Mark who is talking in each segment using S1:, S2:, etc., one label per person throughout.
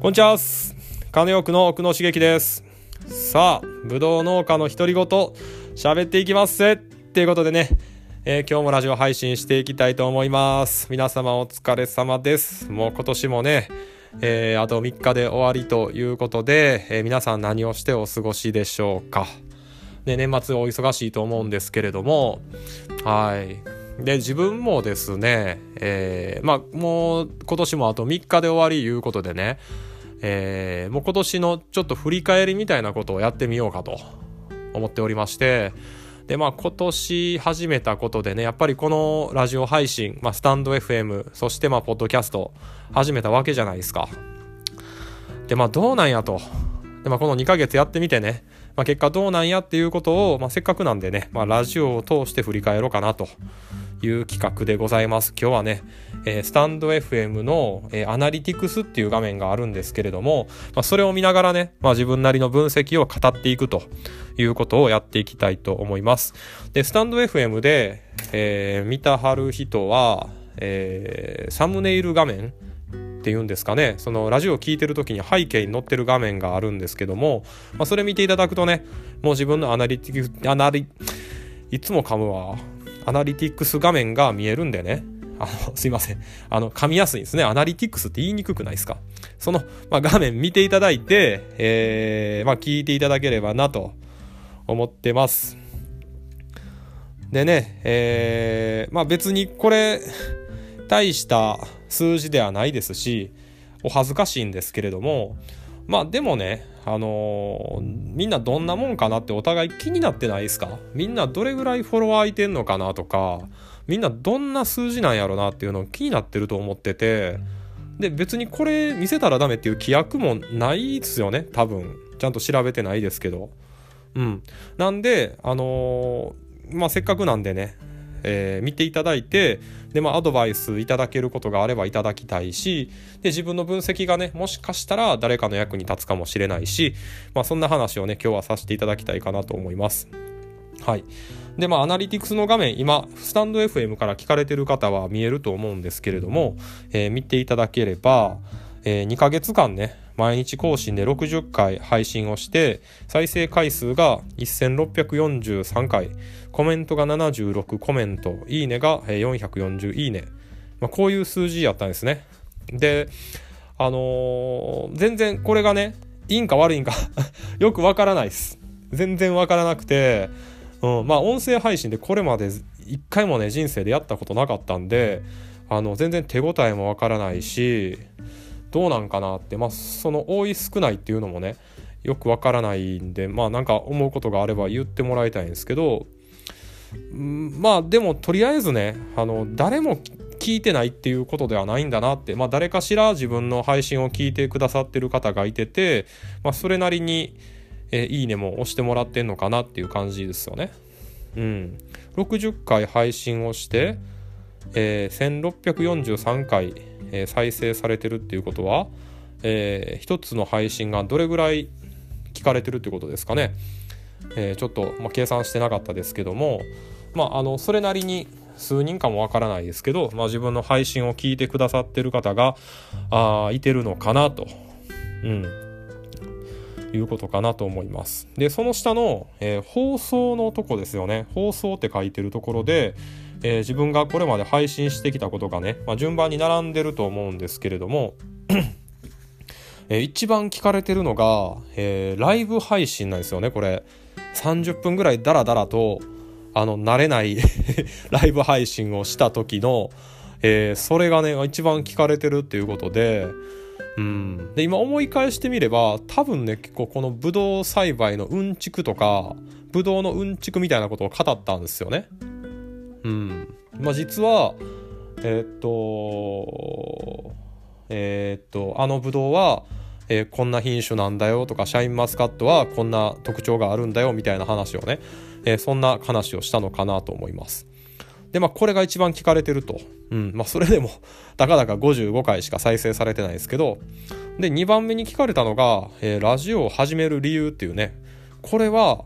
S1: こんにちは。金奥の奥野茂樹です。さあ、ぶどう農家の独り言喋っていきますぜっていうことでね、今日もラジオ配信していきたいと思います。皆様お疲れ様です。もう今年もね、あと3日で終わりということで、皆さん何をしてお過ごしでしょうか。で、年末お忙しいと思うんですけれども、はい。で、自分もですね、もう今年もあと3日で終わりいうことでね、もう今年のちょっと振り返りみたいなことをやってみようかと思っておりまして、で今年始めたことでね、やっぱりこのラジオ配信、スタンド FM そしてポッドキャスト始めたわけじゃないですか。でどうなんやと。でこの2ヶ月やってみてね、結果どうなんやっていうことを、せっかくなんでね、ラジオを通して振り返ろうかなという企画でございます。今日はね、スタンド FM の、アナリティクスっていう画面があるんですけれども、それを見ながらね、自分なりの分析を語っていくということをやっていきたいと思います。でスタンド FM で、見たはる人は、サムネイル画面っていうんですかね、そのラジオを聞いてる時に背景に載ってる画面があるんですけども、それ見ていただくとね、もう自分のアナリティクス画面が見えるんでね、すいません、噛みやすいですね。アナリティクスって言いにくくないですか。その、画面見ていただいて、聞いていただければなと思ってます。でね、別にこれ大した数字ではないですし、お恥ずかしいんですけれども、でもね、みんなどんなもんかなってお互い気になってないですか。みんなどれぐらいフォロワーいてんのかなとか、みんなどんな数字なんやろなっていうの気になってると思ってて、で別にこれ見せたらダメっていう規約もないですよね、多分。ちゃんと調べてないですけど、なんでせっかくなんでね、見ていただいて、でアドバイスいただけることがあればいただきたいし、で自分の分析がね、もしかしたら誰かの役に立つかもしれないし、そんな話をね今日はさせていただきたいかなと思います。はい。でアナリティクスの画面、今スタンド FM から聞かれてる方は見えると思うんですけれども、見ていただければ、2ヶ月間ね、毎日更新で60回配信をして、再生回数が1643回、コメントが76コメント、いいねが440いいね、こういう数字やったんですね。で全然これがね、いいんか悪いんかよくわからないです。全然わからなくて、音声配信でこれまで一回もね人生でやったことなかったんで、全然手応えもわからないし、どうなんかなって、その多い少ないっていうのもねよくわからないんで、なんか思うことがあれば言ってもらいたいんですけど、でもとりあえずね、誰も聞いてないっていうことではないんだなって、誰かしら自分の配信を聞いてくださってる方がいてて、それなりに、いいねも押してもらってんのかなっていう感じですよね。60回配信をして、1643回、再生されてるっていうことは、一つの配信がどれぐらい聞かれてるってことですかね。ちょっと、計算してなかったですけども、それなりに数人かもわからないですけど、自分の配信を聞いてくださってる方がいてるのかなと、いうことかなと思います。でその下の、放送のとこですよね。放送って書いてるところで、自分がこれまで配信してきたことがね、順番に並んでると思うんですけれども一番聞かれてるのが、ライブ配信なんですよね。これ30分ぐらいダラダラと慣れないライブ配信をした時の、それがね一番聞かれてるっていうことで、で今思い返してみれば、多分ね結構このブドウ栽培のうんちくとか、ブドウのうんちくみたいなことを語ったんですよね。実はブドウは、こんな品種なんだよとか、シャインマスカットはこんな特徴があるんだよみたいな話をね、そんな話をしたのかなと思います。でこれが一番聞かれてると、それでもたかだか55回しか再生されてないですけど、で2番目に聞かれたのが、ラジオを始める理由っていうね。これは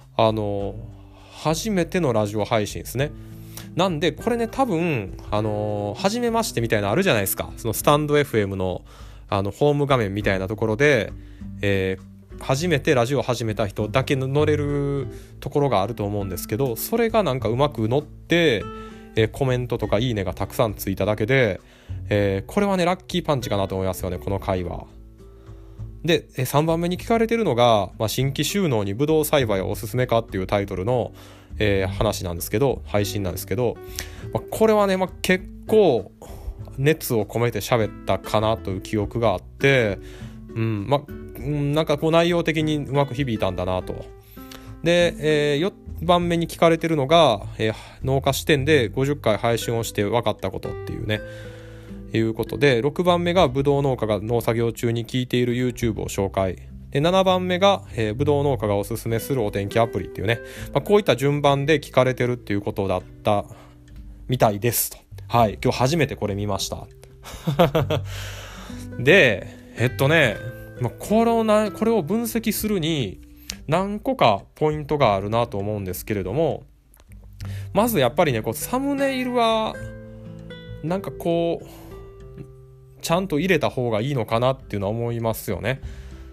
S1: 初めてのラジオ配信ですね。なんでこれね、多分初めましてみたいなのあるじゃないですか。そのスタンド FM のホーム画面みたいなところで、初めてラジオを始めた人だけ乗れるところがあると思うんですけど、それがなんかうまく乗って、コメントとかいいねがたくさんついただけで、これはねラッキーパンチかなと思いますよね、この回は。で3番目に聞かれてるのが、新規収納にブドウ栽培はおすすめかっていうタイトルの、話なんですけど、配信なんですけど、これはね、結構熱を込めて喋ったかなという記憶があって、なんかこう内容的にうまく響いたんだなと。で、4番目に聞かれてるのが、農家視点で50回配信をして分かったことっていうね、いうことで、6番目がブドウ農家が農作業中に聞いている YouTube を紹介で、7番目が、ブドウ農家がおすすめするお天気アプリっていうね、こういった順番で聞かれてるっていうことだったみたいですと。はい、今日初めてこれ見ましたでこれを分析するに何個かポイントがあるなと思うんですけれども、まずやっぱりね、こうサムネイルはなんかこうちゃんと入れた方がいいのかなっていうのは思いますよね。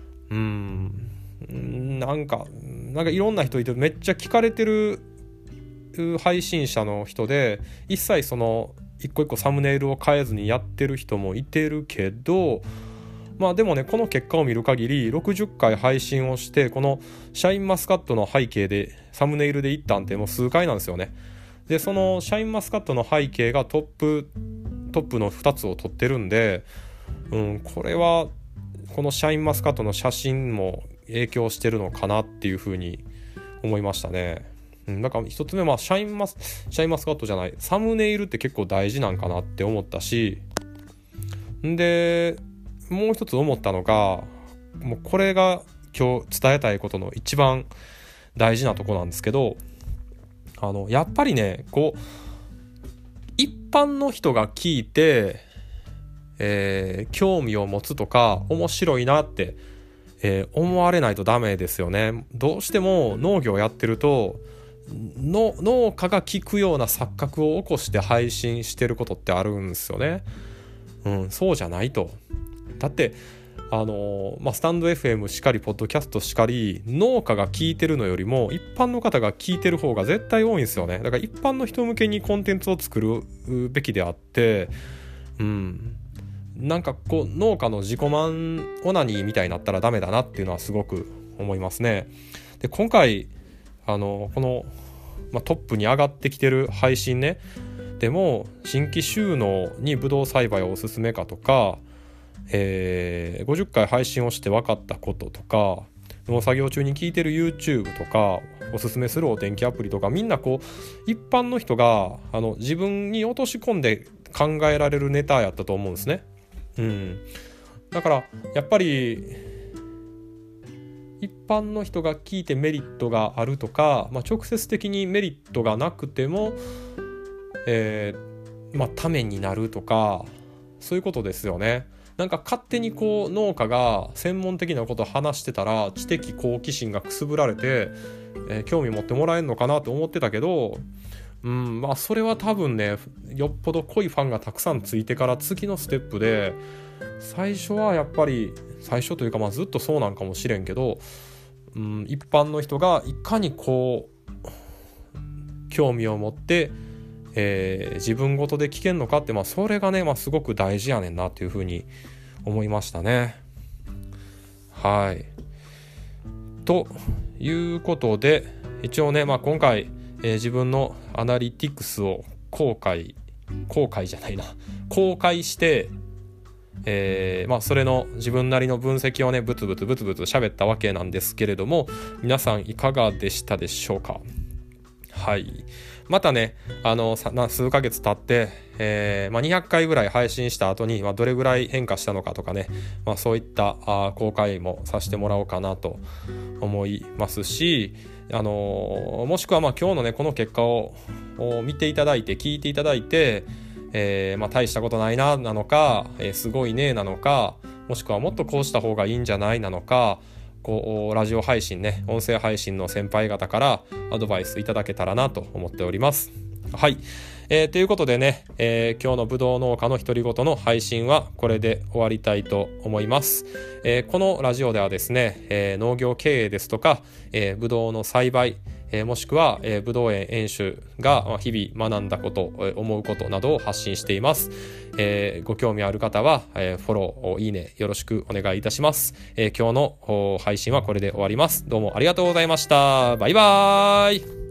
S1: なんかいろんな人いてめっちゃ聞かれてる配信者の人で、一切その一個一個サムネイルを変えずにやってる人もいてるけど、でもね、この結果を見る限り60回配信をして、このシャインマスカットの背景でサムネイルでいったんってもう数回なんですよね。でそのシャインマスカットの背景がトップの2つを撮ってるんで、これはこのシャインマスカットの写真も影響してるのかなっていうふうに思いましたね。だから1つ目はシャインマスカットじゃないサムネイルって結構大事なんかなって思ったし、でもう一つ思ったのが、もうこれが今日伝えたいことの一番大事なとこなんですけど、やっぱりね、こう一般の人が聞いて、興味を持つとか面白いなって、思われないとダメですよね。どうしても農業やってると農家が聞くような錯覚を起こして配信してることってあるんですよね。そうじゃないと。だってスタンド FM しかりポッドキャストしかり、農家が聞いてるのよりも一般の方が聞いてる方が絶対多いんですよね。だから一般の人向けにコンテンツを作るべきであって、なんかこう農家の自己満オナニーみたいになったらダメだなっていうのはすごく思いますね。で今回この、トップに上がってきてる配信ね、でも新規収納にブドウ栽培はおすすめかとか、50回配信をして分かったこととか、農作業中に聞いてる YouTube とか、おすすめするお天気アプリとか、みんなこう一般の人が自分に落とし込んで考えられるネタやったと思うんですね。だからやっぱり一般の人が聞いてメリットがあるとか、直接的にメリットがなくても、ためになるとか、そういうことですよね。なんか勝手にこう農家が専門的なことを話してたら知的好奇心がくすぶられて、興味持ってもらえるのかなと思ってたけど、それは多分ね、よっぽど濃いファンがたくさんついてから次のステップで、最初はやっぱり最初というかずっとそうなんかもしれんけど、一般の人がいかにこう興味を持って、自分ごとで聞けんのかって、それがね、すごく大事やねんなというふうに思いましたね。はい。ということで、一応ね、今回、自分のアナリティクスを公開して、それの自分なりの分析をね、ブツブツ喋ったわけなんですけれども、皆さんいかがでしたでしょうか。はい。またね、数ヶ月経って、200回ぐらい配信した後に、どれぐらい変化したのかとかね、そういった公開もさせてもらおうかなと思いますし、もしくは今日のねこの結果を見ていただいて聞いていただいて、大したことないなのか、すごいねなのか、もしくはもっとこうした方がいいんじゃないなのか、こうラジオ配信ね、音声配信の先輩方からアドバイスいただけたらなと思っております。 はい。ということでね、今日のぶどう農家の独り言の配信はこれで終わりたいと思います。このラジオではですね、農業経営ですとか、ぶどうの栽培、もしくは、ぶどう園園主が日々学んだこと、思うことなどを発信しています。ご興味ある方は、フォロー、いいねよろしくお願いいたします。今日の配信はこれで終わります。どうもありがとうございました。バイバーイ。